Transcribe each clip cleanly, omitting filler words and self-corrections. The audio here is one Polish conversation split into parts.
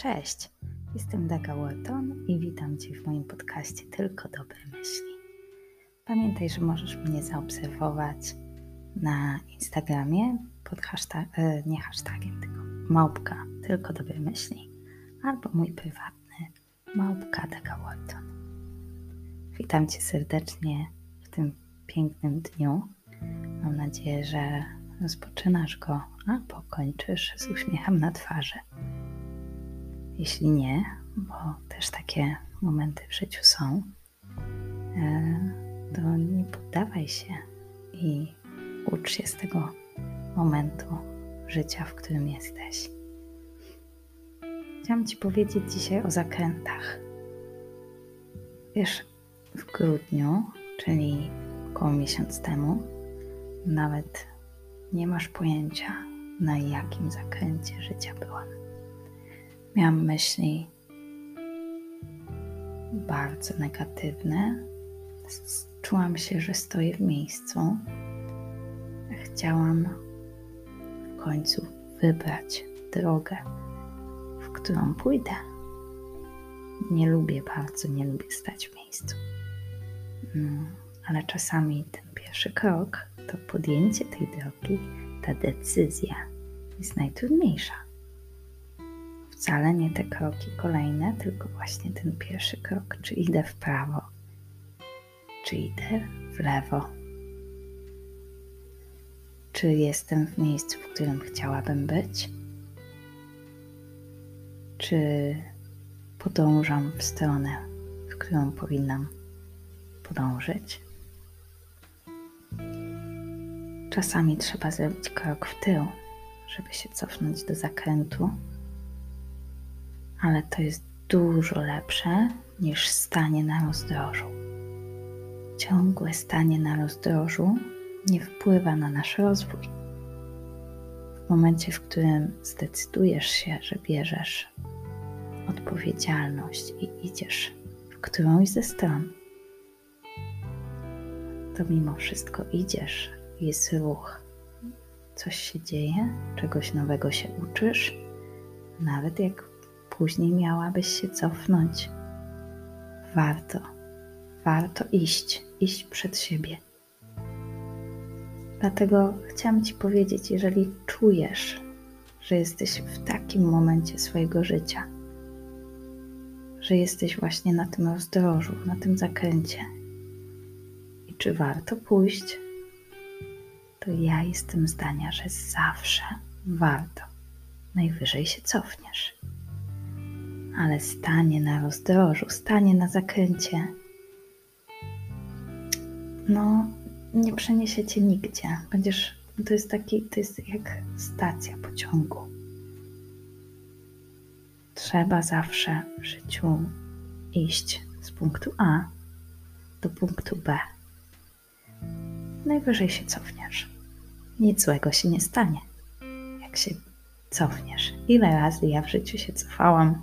Cześć, jestem Daga Walton i witam Cię w moim podcaście Tylko Dobre Myśli. Pamiętaj, że możesz mnie zaobserwować na Instagramie pod nie hashtagiem, tylko małpka Tylko Dobre Myśli albo mój prywatny małpka Daga Walton. Witam Cię serdecznie w tym pięknym dniu. Mam nadzieję, że rozpoczynasz go albo kończysz z uśmiechem na twarzy. Jeśli nie, bo też takie momenty w życiu są, to nie poddawaj się i ucz się z tego momentu życia, w którym jesteś. Chciałam Ci powiedzieć dzisiaj o zakrętach. Wiesz, w grudniu, czyli około miesiąc temu, nawet nie masz pojęcia, na jakim zakręcie życia byłam. Miałam myśli bardzo negatywne. Czułam się, że stoję w miejscu. Chciałam w końcu wybrać drogę, w którą pójdę. Nie lubię stać w miejscu. Ale czasami ten pierwszy krok, to podjęcie tej drogi, ta decyzja jest najtrudniejsza. Wcale nie te kroki kolejne, tylko właśnie ten pierwszy krok. Czy idę w prawo, czy idę w lewo. Czy jestem w miejscu, w którym chciałabym być? Czy podążam w stronę, w którą powinnam podążyć? Czasami trzeba zrobić krok w tył, żeby się cofnąć do zakrętu. Ale to jest dużo lepsze niż stanie na rozdrożu. Ciągłe stanie na rozdrożu nie wpływa na nasz rozwój. W momencie, w którym zdecydujesz się, że bierzesz odpowiedzialność i idziesz w którąś ze stron, to mimo wszystko idziesz, jest ruch. Coś się dzieje, czegoś nowego się uczysz, nawet jak później miałabyś się cofnąć. Warto iść przed siebie. Dlatego chciałam Ci powiedzieć, jeżeli czujesz, że jesteś w takim momencie swojego życia, że jesteś właśnie na tym rozdrożu, na tym zakręcie i czy warto pójść, to ja jestem zdania, że zawsze warto. Najwyżej się cofniesz. Ale stanie na rozdrożu, stanie na zakręcie, nie przeniesie Cię nigdzie. To jest jak stacja pociągu. Trzeba zawsze w życiu iść z punktu A do punktu B. Najwyżej się cofniesz. Nic złego się nie stanie, jak się cofniesz. Ile razy ja w życiu się cofałam,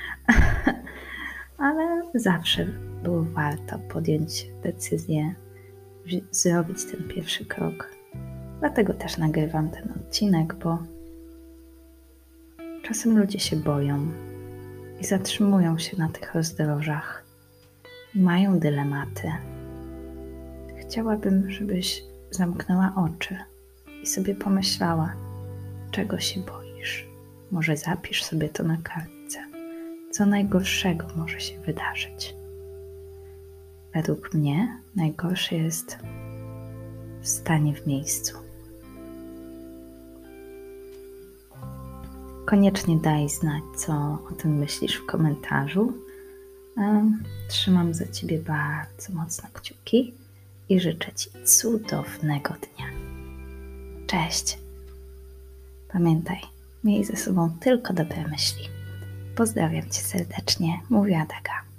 ale zawsze było warto podjąć decyzję, zrobić ten pierwszy krok. Dlatego też nagrywam ten odcinek, bo czasem ludzie się boją i zatrzymują się na tych rozdrożach i mają dylematy. Chciałabym, żebyś zamknęła oczy i sobie pomyślała, czego się boisz. Może zapisz sobie to na kartce. Co najgorszego może się wydarzyć? Według mnie najgorsze jest stanie w miejscu. Koniecznie daj znać, co o tym myślisz w komentarzu. Trzymam za Ciebie bardzo mocno kciuki i życzę Ci cudownego dnia. Cześć! Pamiętaj, miej ze sobą tylko dobre myśli. Pozdrawiam Cię serdecznie, mówiła Daga.